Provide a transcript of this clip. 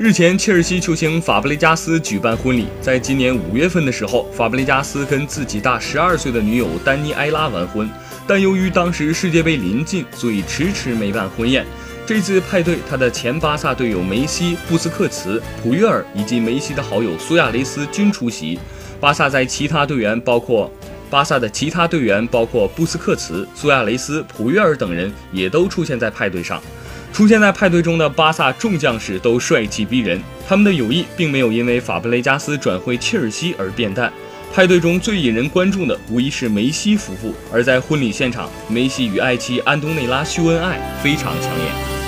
日前，切尔西球星法布雷加斯举办婚礼。在今年5月份的时候，法布雷加斯跟自己大12岁的女友丹妮埃拉完婚，但由于当时世界杯临近，所以迟迟没办婚宴。这次派对，他的前巴萨队友梅西、布斯克茨、普约尔以及梅西的好友苏亚雷斯均出席。巴萨的其他队员包括布斯克茨、苏亚雷斯、普约尔等人也都出现在派对上。出现在派对中的巴萨众将士都帅气逼人，他们的友谊并没有因为法布雷加斯转会切尔西而变淡。派对中最引人关注的无疑是梅西夫妇，而在婚礼现场，梅西与爱妻安东内拉秀恩爱，非常抢眼。